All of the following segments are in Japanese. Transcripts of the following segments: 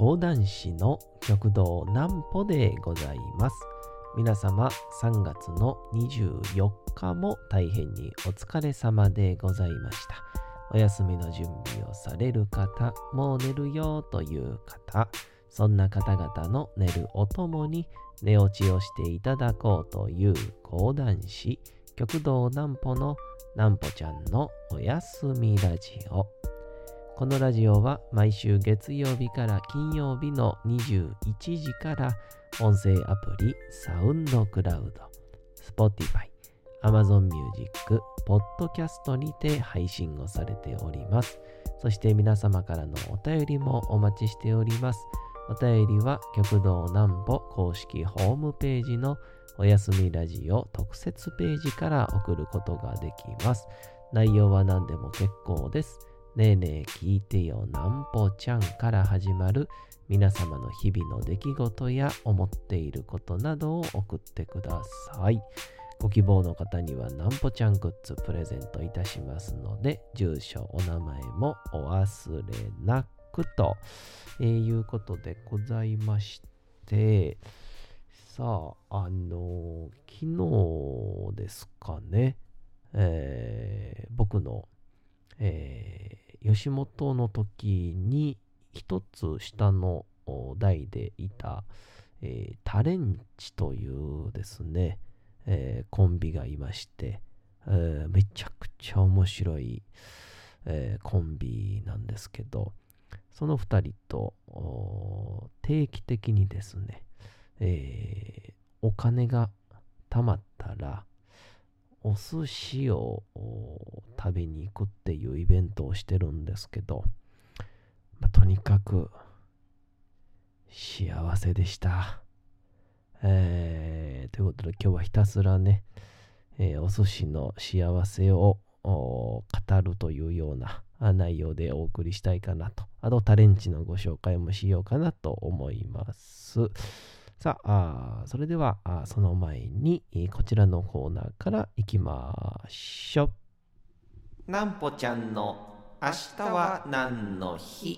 講談師の極道南歩でございます。皆様3月の24日も大変にお疲れ様でございました。お休みの準備をされる方、もう寝るよという方、そんな方々の寝るおともに寝落ちをしていただこうという講談師極道南歩の南歩ちゃんのおやすみラジオ。このラジオは毎週月曜日から金曜日の21時から音声アプリサウンドクラウド、Spotify、Amazon Music、Podcast にて配信をされております。そして皆様からのお便りもお待ちしております。お便りは極道南歩公式ホームページのおやすみラジオ特設ページから送ることができます。内容は何でも結構です。ねえねえ聞いてよなんぽちゃんから始まる皆様の日々の出来事や思っていることなどを送ってください。ご希望の方にはなんぽちゃんグッズプレゼントいたしますので、住所お名前もお忘れなくと、いうことでございまして、さあ昨日ですかね、僕の吉本の時に一つ下の代でいた、タレンチというですね、コンビがいまして、めちゃくちゃ面白い、コンビなんですけど、その二人と定期的にですね、お金が貯まったらお寿司を食べに行くっていうイベントをしてるんですけど、とにかく幸せでした。ということで今日はひたすらね、お寿司の幸せを語るというような内容でお送りしたいかなと。あとタレンチのご紹介もしようかなと思います。さあ、それではその前にこちらのコーナーからいきましょう。なんぽちゃんの明日は何の日。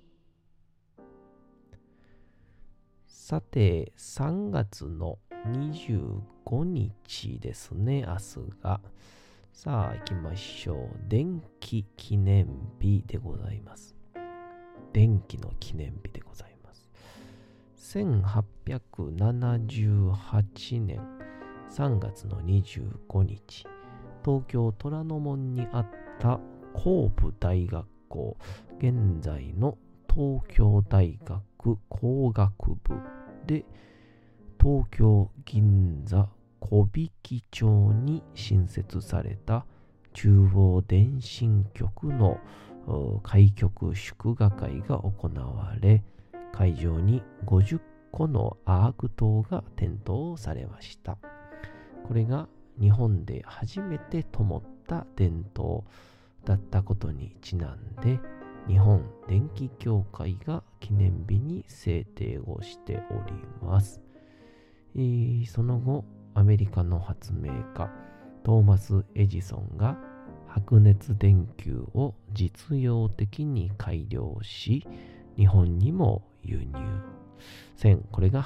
さて、3月の25日ですね、明日が。さあ、行きましょう。電気記念日でございます。電気の記念日でございます。1878年3月の25日、東京虎ノ門にあった工部大学校、現在の東京大学工学部で、東京銀座小引町に新設された中央電信局の開局祝賀会が行われ、会場に50個のアーク灯が点灯されました。これが日本で初めて灯った電灯だったことにちなんで、日本電気協会が記念日に制定をしております。その後、アメリカの発明家トーマス・エジソンが白熱電球を実用的に改良し、日本にも輸入。これが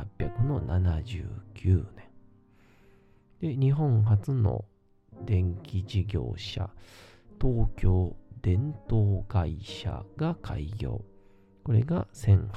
1879年。で、日本初の電気事業者、東京電灯会社が開業。これが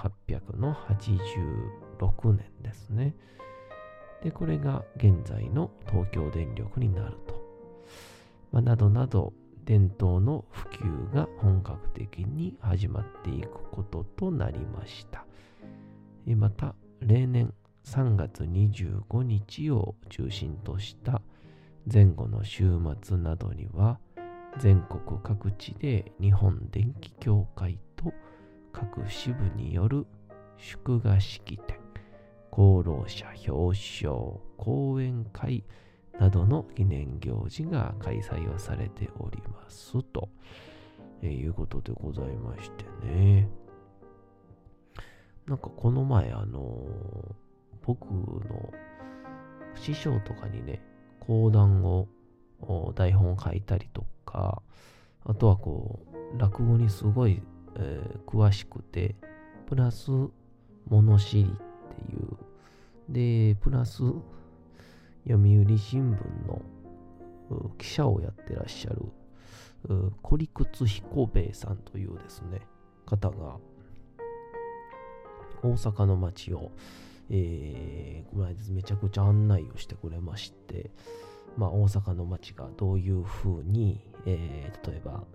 1886年ですね。で、これが現在の東京電力になると。などなど、電灯の普及が本格的に始まっていくこととなりました。また、例年3月25日を中心とした前後の週末などには、全国各地で日本電気協会と各支部による祝賀式典、功労者表彰、講演会などの記念行事が開催をされておりますと、いうことでございましてね。なんかこの前僕の師匠とかにね、講談を台本を書いたりとか、あとは落語にすごい、詳しくてププラス物知りっていう、で、プラス読売新聞の記者をやってらっしゃるコリクツ彦兵衛さんというですね、方が大阪の街を、この間めちゃくちゃ案内をしてくれまして、大阪の街がどういう風に、例えば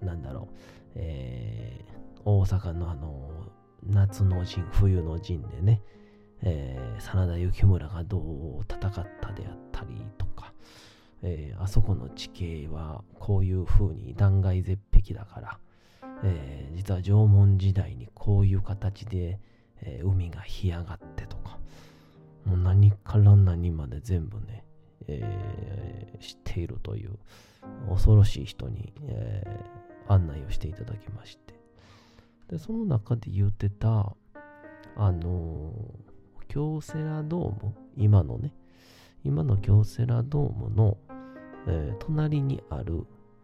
大阪の夏の陣、冬の陣でね、真田幸村がどう戦ったであったりとか、あそこの地形はこういう風に断崖絶壁だから、実は縄文時代にこういう形で、海が干上がってとか、もう何から何まで全部ね、知っているという恐ろしい人に、案内をしていただきまして、でその中で言ってた京セラドーム、今の京セラドームの、隣にある、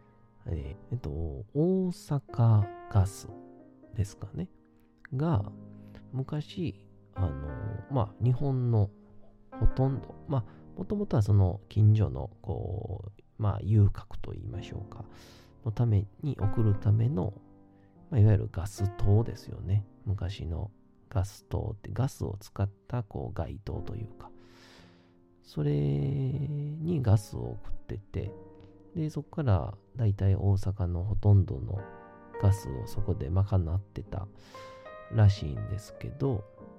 大阪ガスですかねが昔日本のほとんどもともとはその近所の遊郭といいましょうかのために送るための、いわゆるガス灯ですよね。昔のガス灯ってガスを使った街灯というか、それにガスを送ってて、でそこからだいたい大阪のほとんどのガスをそこで賄ってたらしいんですけど、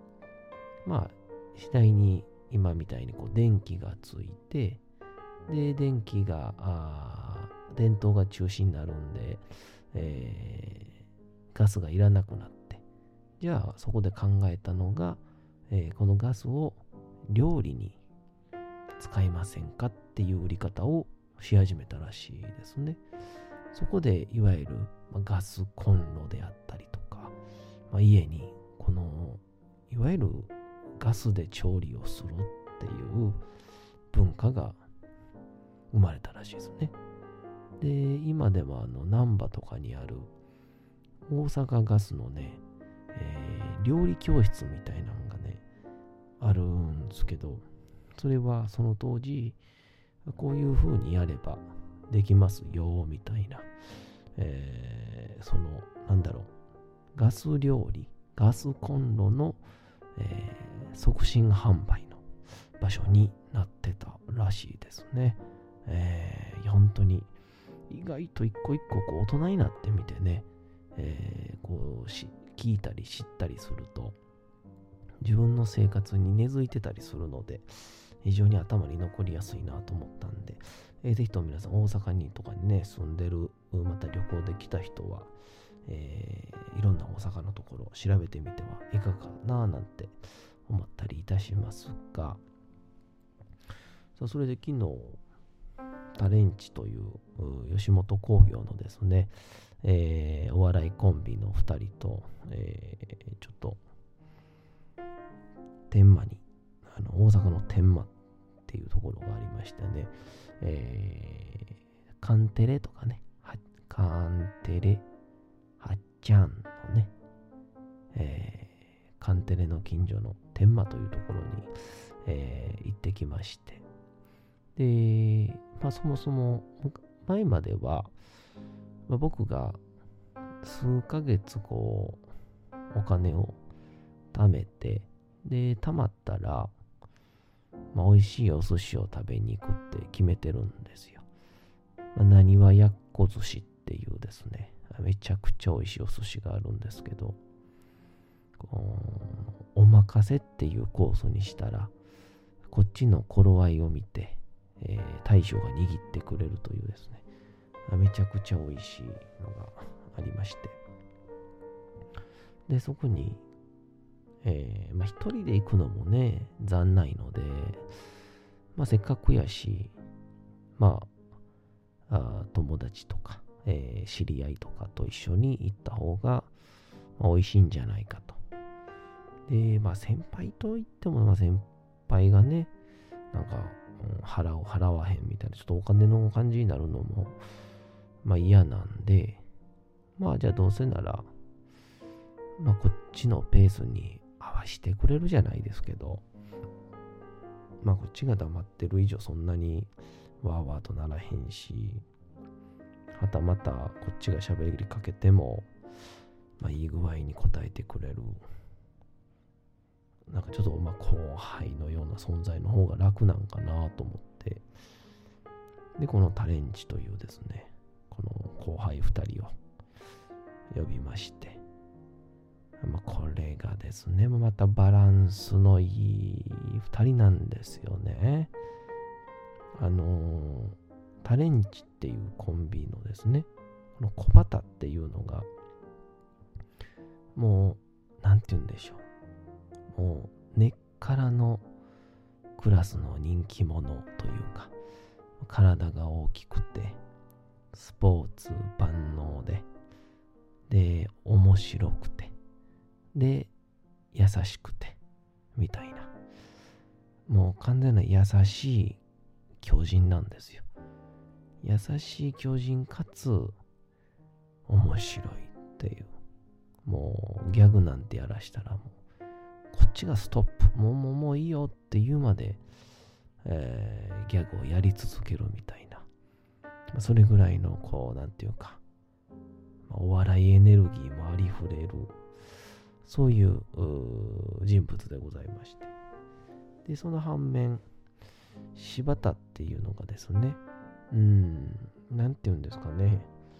次第に今みたいに電気がついて、で電灯が中止になるんで、ガスがいらなくなって、じゃあそこで考えたのが、このガスを料理に使いませんかっていう売り方をし始めたらしいですね。そこでいわゆるガスコンロであったりとか、家にいわゆるガスで調理をするっていう文化が生まれたらしいですね。で、今では難波とかにある大阪ガスのね、料理教室みたいなのがね、あるんですけど、それはその当時、こういう風にやればできますよ、みたいな、ガス料理、ガスコンロの、促進販売の場所になってたらしいですね。本当に意外と一個一個大人になってみてね、聞いたり知ったりすると自分の生活に根付いてたりするので、非常に頭に残りやすいなと思ったんで、ぜひとも皆さん大阪にとかにね住んでる、また旅行で来た人は、いろんな大阪のところを調べてみてはいかがかななんて思ったりいたしますが、それで昨日タレンチという吉本興業のですね、お笑いコンビの2人と、ちょっと天満に大阪の天満っていうところがありましてね、カンテレとかね、カンテレはっちゃんのね、カンテレの近所の天満というところに、行ってきまして、で、そもそも前までは、僕が数ヶ月お金を貯めて、で貯まったら、美味しいお寿司を食べに行くって決めてるんですよ。なにわやっこ寿司っていうですね、めちゃくちゃ美味しいお寿司があるんですけど、おまかせっていうコースにしたら、こっちの頃合いを見て、大将が握ってくれるというですね、めちゃくちゃ美味しいのがありまして、でそこに、一人で行くのもね残ないので、せっかくやし、友達とか、知り合いとかと一緒に行った方が、美味しいんじゃないかと。で、先輩といっても、先輩がね、払わへんみたいな、ちょっとお金の感じになるのも、嫌なんで、じゃあどうせなら、 こっちのペースに合わしてくれるじゃないですけど、こっちが黙ってる以上そんなにわーわーとならへんし、はたまたこっちが喋りかけても、いい具合に答えてくれる。なんかちょっと後輩のような存在の方が楽なんかなと思って、で、このタレンチというですね、この後輩2人を呼びまして、これがですね、またバランスのいい2人なんですよね。タレンチっていうコンビのですね、この小畑っていうのが、もう、なんて言うんでしょう。もう、根っからのクラスの人気者というか、体が大きくて、スポーツ万能で、面白くて、で、優しくて、みたいな。もう完全な優しい巨人なんですよ。優しい巨人かつ、面白いっていう。もうギャグなんてやらしたらもう、こっちがストップ。もういいよって言うまで、ギャグをやり続けるみたいな。それぐらいの、なんていうか、お笑いエネルギーもありふれる、そういう人物でございまして。で、その反面、柴田っていうのがですね、なんていうんですかね。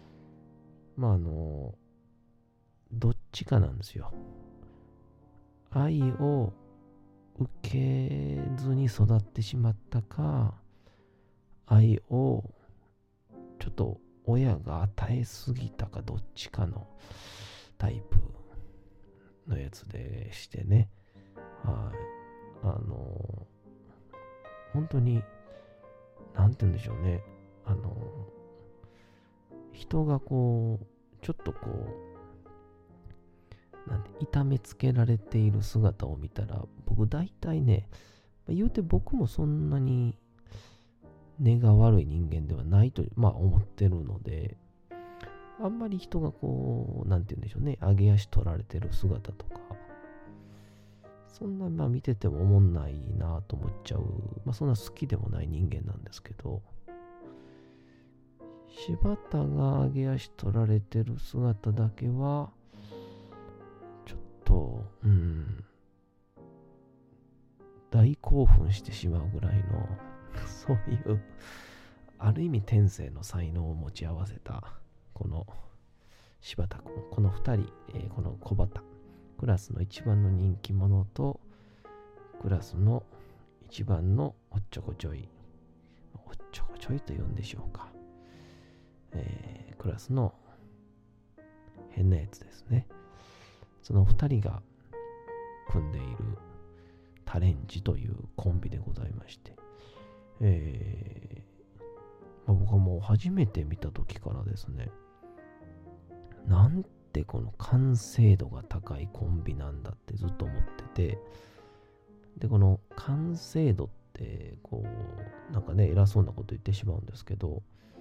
どっちかなんですよ。愛を受けずに育ってしまったか、愛をちょっと親が与えすぎたか、どっちかのタイプのやつでしてね。本当に、なんて言うんでしょうね。人がちょっと痛めつけられている姿を見たら、僕大体ね、言うて僕もそんなに根が悪い人間ではないと、思ってるので、あんまり人がなんて言うんでしょうね、上げ足取られてる姿とか、そんな見てても思んないなと思っちゃう、そんな好きでもない人間なんですけど、柴田が上げ足取られてる姿だけは、ちょっと、大興奮してしまうぐらいの、そういう、ある意味天性の才能を持ち合わせた、この柴田君、この2人、この小畑、クラスの一番の人気者と、クラスの一番のおっちょこちょいと言うんでしょうか。クラスの変なやつですね。その2人が組んでいるタレンチというコンビでございまして、僕はもう初めて見た時からですね、なんてこの完成度が高いコンビなんだってずっと思ってて、で、この完成度ってなんかね、偉そうなこと言ってしまうんですけど、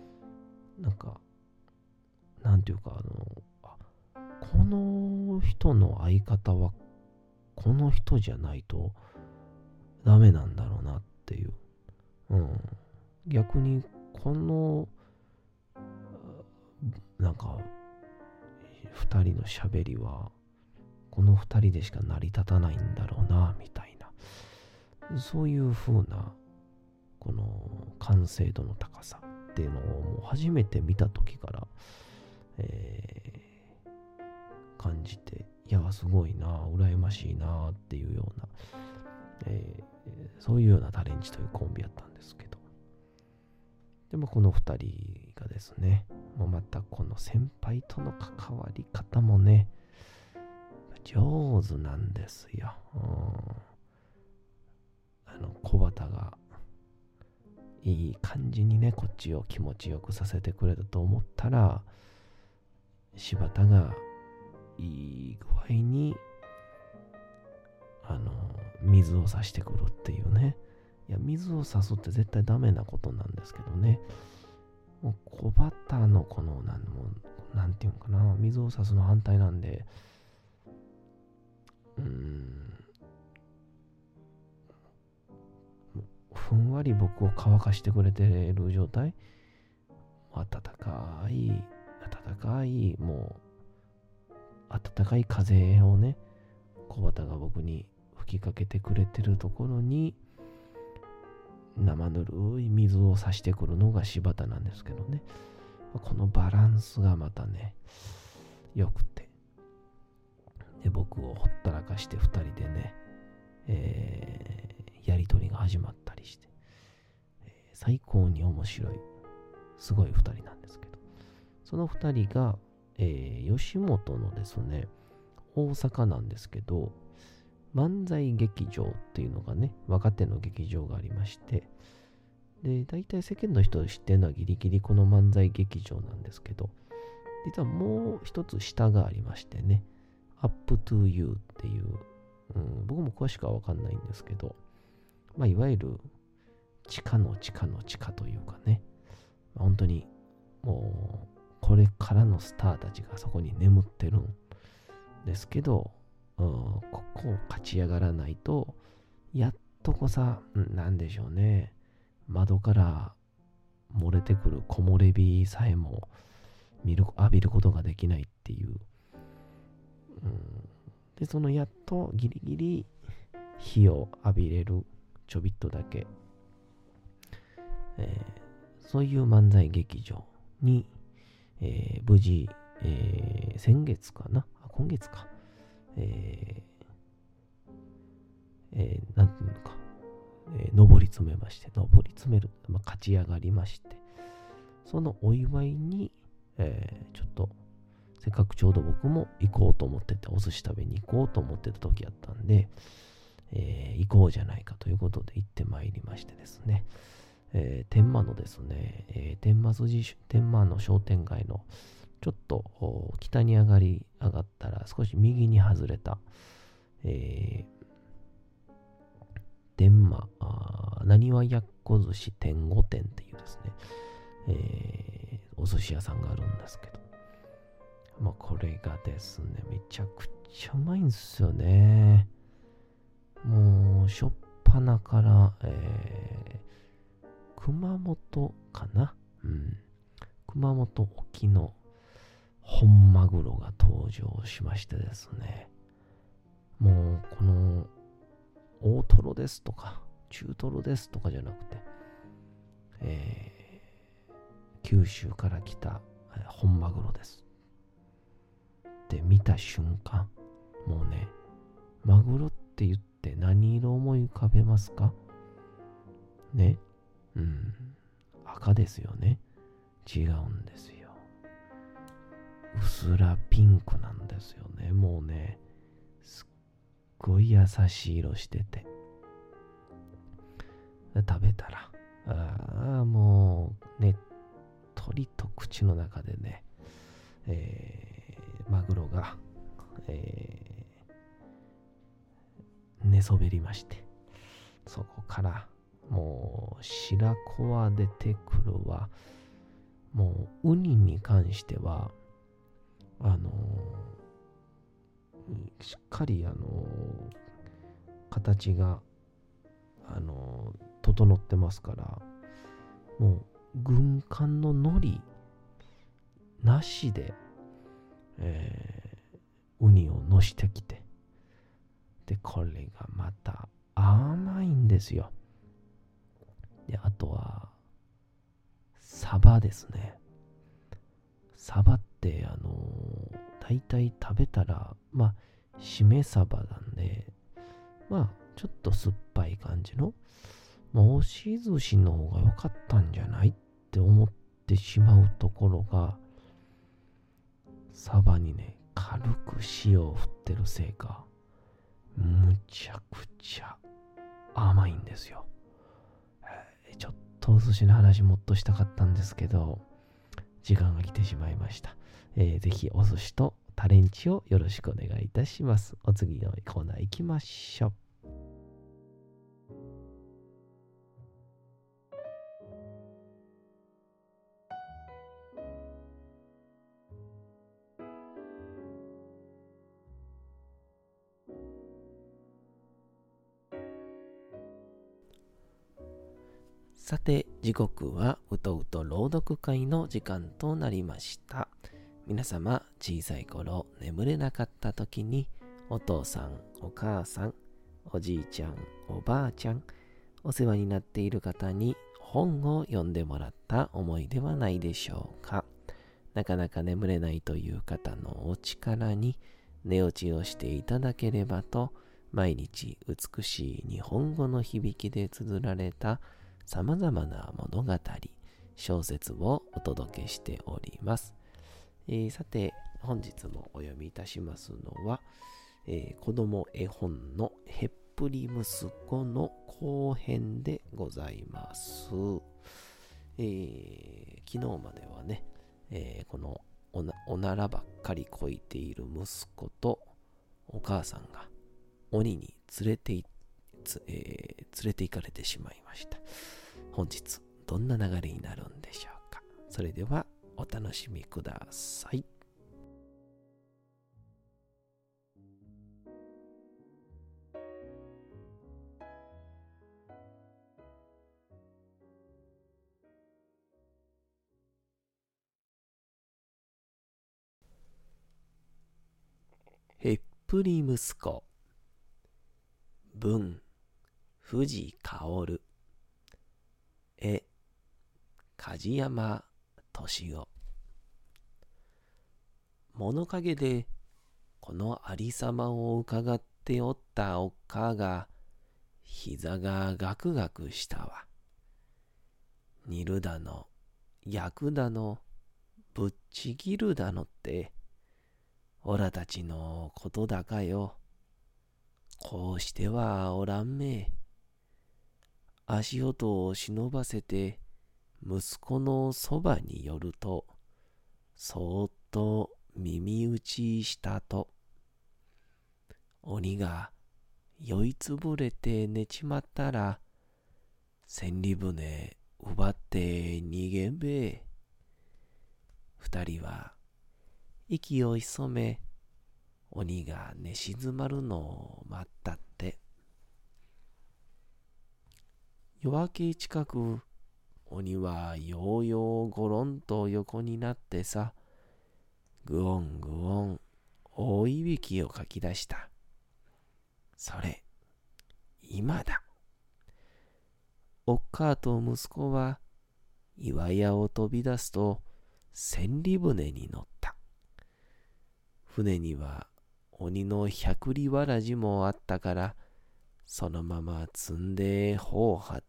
なんていうか、この人の相方はこの人じゃないとダメなんだろうなっていう。逆にこの二人の喋りはこの二人でしか成り立たないんだろうなみたいな、そういう風なこの完成度の高さっていうのをもう初めて見た時から、感じて、いやすごいな、羨ましいなっていうような、そういうようなタレンチというコンビやったんですけど、でもこの二人がですね、もうまたこの先輩との関わり方もね、上手なんですよ。小畑がいい感じにね、こっちを気持ちよくさせてくれたと思ったら、柴田がいい具合に水を差してくるっていうね。いや、水を差すって絶対ダメなことなんですけどね。もう小畑のこのなんていうのかな、水を差すの反対なんで、 んわり僕を乾かしてくれている状態。暖かい、もう、暖かい風をね、小畑が僕に吹きかけてくれてるところに、生ぬるい水を差してくるのが柴田なんですけどね。このバランスがまたね、良くて。で、僕をほったらかして二人でね、やりとりが始まったりして、最高に面白い、すごい二人なんですけど、その二人が、吉本のですね、大阪なんですけど、漫才劇場っていうのがね、若手の劇場がありまして、で、大体世間の人知ってるのはギリギリこの漫才劇場なんですけど、実はもう一つ下がありましてね、Up to You っていう、僕も詳しくはわかんないんですけど、まあ、いわゆる地下の地下の地下というかね、本当にもうこれからのスターたちがそこに眠ってるんですけど、ここを勝ち上がらないと、やっとこさ、なんでしょうね、窓から漏れてくる木漏れ日さえも浴びることができないっていう、で、そのやっとギリギリ日を浴びれるちょびっとだけ、そういう漫才劇場に、無事、先月かな、今月か、なんていうのか、上り詰めまして、勝ち上がりまして、そのお祝いに、ちょっと、せっかくちょうど僕も行こうと思ってて、お寿司食べに行こうと思ってた時やったんで、行こうじゃないかということで行ってまいりましてですね、天満のですね、天満の商店街のちょっと北に上がったら少し右に外れた、天満なにわやっこ寿司天五店っていうですね、お寿司屋さんがあるんですけど、まあこれがですね、めちゃくちゃうまいんですよね。もうしょっぱなから、熊本かな、熊本沖の本マグロが登場しましてですね、もうこの大トロですとか中トロですとかじゃなくて、九州から来た本マグロですって見た瞬間、もうね、マグロって言って何色思い浮かべますかね。赤ですよね。違うんですよ。うすらピンクなんですよね。もうね、すっごい優しい色してて、食べたら、もうねっとりと口の中でね、マグロが、寝そべりまして、そこからもう白子は出てくるわ。もうウニに関してはしっかり形が整ってますから、もう軍艦の海苔なしで、ウニをのしてきて、でこれがまた甘いんですよ。であとはサバですね。サバって大体食べたらしめサバなんで、ちょっと酸っぱい感じの、押し寿司の方が良かったんじゃないって思ってしまうところが、サバにね軽く塩を振ってるせいか、むちゃくちゃ甘いんですよ。ちょっとお寿司の話もっとしたかったんですけど、時間が来てしまいました。ぜひお寿司とタレンチをよろしくお願いいたします。お次のコーナー行きましょう。 さて、時刻はうとうと朗読会の時間となりました。皆様、小さい頃眠れなかった時に、お父さん、お母さん、おじいちゃん、おばあちゃん、お世話になっている方に本を読んでもらった思いではないでしょうか。なかなか眠れないという方のお力に寝落ちをしていただければと、毎日美しい日本語の響きで綴られたさまざまな物語、小説をお届けしております。さて、本日もお読みいたしますのは、子供絵本のへっぷり息子の後編でございます。昨日まではね、このおならばっかりこいている息子とお母さんが鬼に連れて行かれてしまいました。本日どんな流れになるんでしょうか。それではお楽しみください。へっぷり息子、文藤薫、絵梶山敏夫。物陰でこのありさまを伺っておったおっかあが膝がガクガクしたわ。煮るだの焼くだのぶっちぎるだのっておらたちのことだかよ。こうしてはおらんめ。足音を忍ばせて息子のそばに寄ると、そーっと耳打ちしたと、鬼が酔いつぶれて寝ちまったら、千里舟奪って逃げんべえ。二人は息を潜め、鬼が寝静まるのを待ったって。夜明け近く、鬼はようようごろんと横になってさ、ぐおんぐおん大いびきをかき出した。それ、今だ。おっかあと息子は岩屋を飛び出すと千里舟に乗った。船には鬼の百里わらじもあったから、そのまま積んで帆を張った。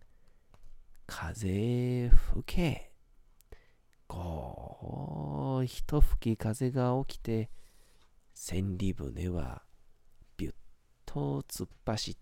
風吹け。こう一吹き風が起きて、千里舟はビュッと突っ走った。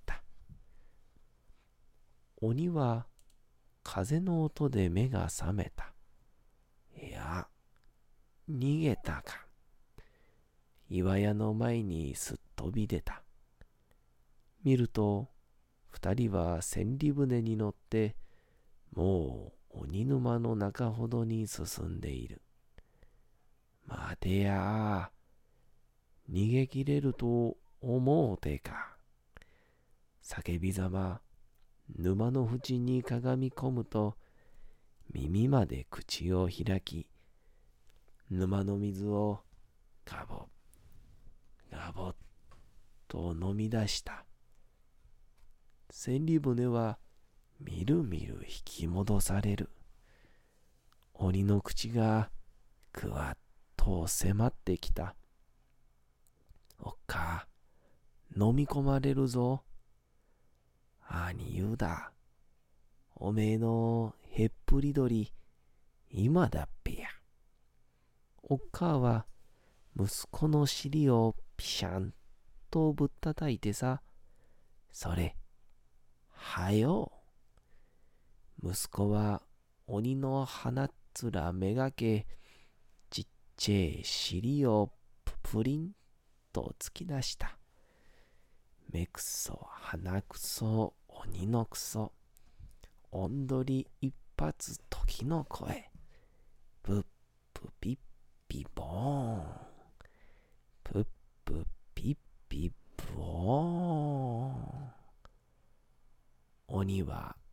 鬼は風の音で目が覚めた。いや、逃げたか。岩屋の前にすっ飛び出た。見ると、二人は千里舟に乗って、もう鬼沼の中ほどに進んでいる。待てや、逃げきれると思うてか。叫びざま、沼の縁にかがみ込むと、耳まで口を開き、沼の水をガボッガボッと飲み出した。千里舟はみるみる引き戻される。鬼の口がくわっと迫ってきた。おっか、飲み込まれるぞ。兄言うだ。おめえのへっぷり鳥、今だっぺや。おっかは息子の尻をピシャンとぶったたいてさ、それ、はよう。息子は鬼の鼻っ面めがけ、ちっちゃい尻をププリンと突き出した。目くそ、鼻くそ、鬼のくそ、おんどり一発時の声、プップピッピボーン、プップピッピボーン。鬼は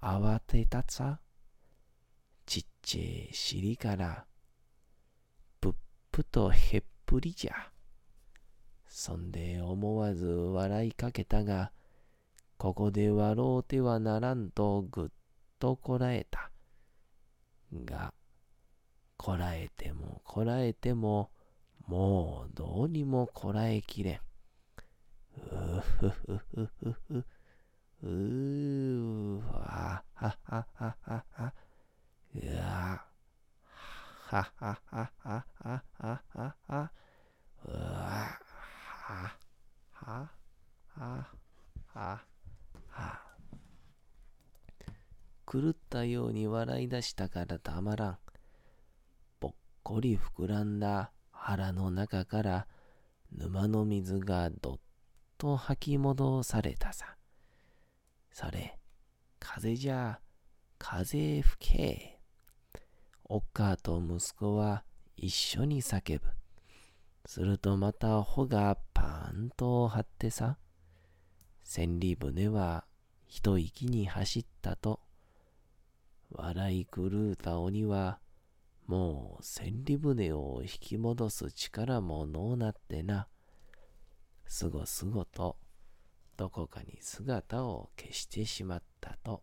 慌てたさ。ちっちゃい尻から、ぷっぷとへっぷりじゃ。そんで思わず笑いかけたが、ここで笑うてはならんとぐっとこらえた。が、こらえてもこらえても、もうどうにもこらえきれん。うふふふふふ。わははははは。うわはははははははは。うわははははは。狂ったように笑い出したからたまらん。ぽっこり膨らんだ腹の中から沼の水がどっと吐き戻されたさ。それ、風じゃ、風吹け。おっかーと息子は一緒に叫ぶ。するとまた帆がパーンと張ってさ、千里船は一息に走ったと、笑い狂うた鬼は、もう千里船を引き戻す力ものうなってな、すごすごとどこかに姿を消してしまったと。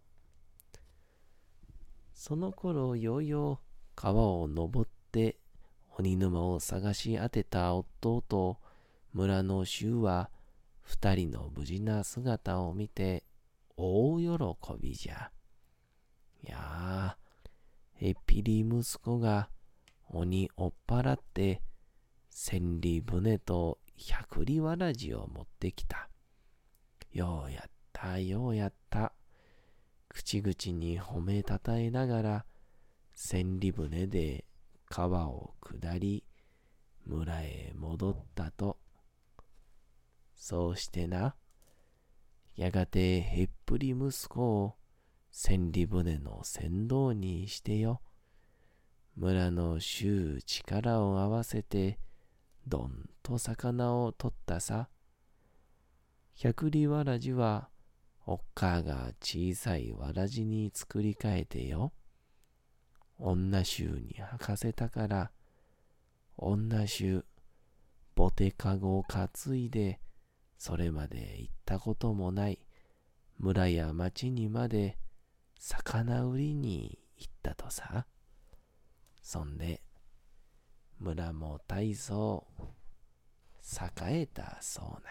その頃ようよう川を登って鬼沼を探し当てた夫と村の衆は二人の無事な姿を見て大喜びじゃ。いやへっぴり息子が鬼追っ払って千里船と百里わらじを持ってきた。ようやったようやった。口々に褒めたたえながら千里船で川を下り村へ戻ったと。そうしてな、やがてへっぷり息子を千里船の船頭にしてよ、村の衆力を合わせてどんと魚を取ったさ。百里わらじはおっかーが小さいわらじに作り変えてよ、女衆に履かせたから、女衆ボテカゴを担いでそれまで行ったこともない村や町にまで魚売りに行ったとさ。そんで村も大層栄えたそうな。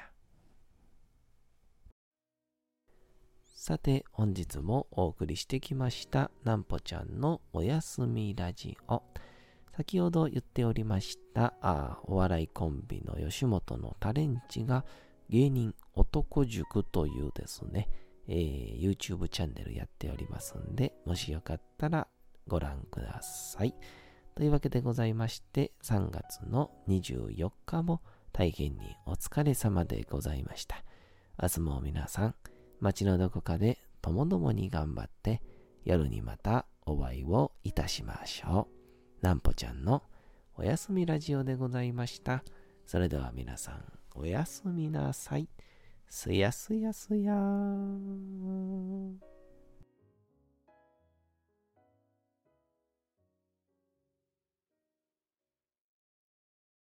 さて本日もお送りしてきましたなんぽちゃんのおやすみラジオ。先ほど言っておりましたお笑いコンビの吉本のタレンチが芸人男塾というですね、YouTube チャンネルやっておりますんで、もしよかったらご覧ください。というわけでございまして、3月の24日も大変にお疲れ様でございました。明日も皆さん、街のどこかでともどもに頑張って、夜にまたお会いをいたしましょう。なんぽちゃんのおやすみラジオでございました。それでは皆さん、おやすみなさい。すやすやすやーん。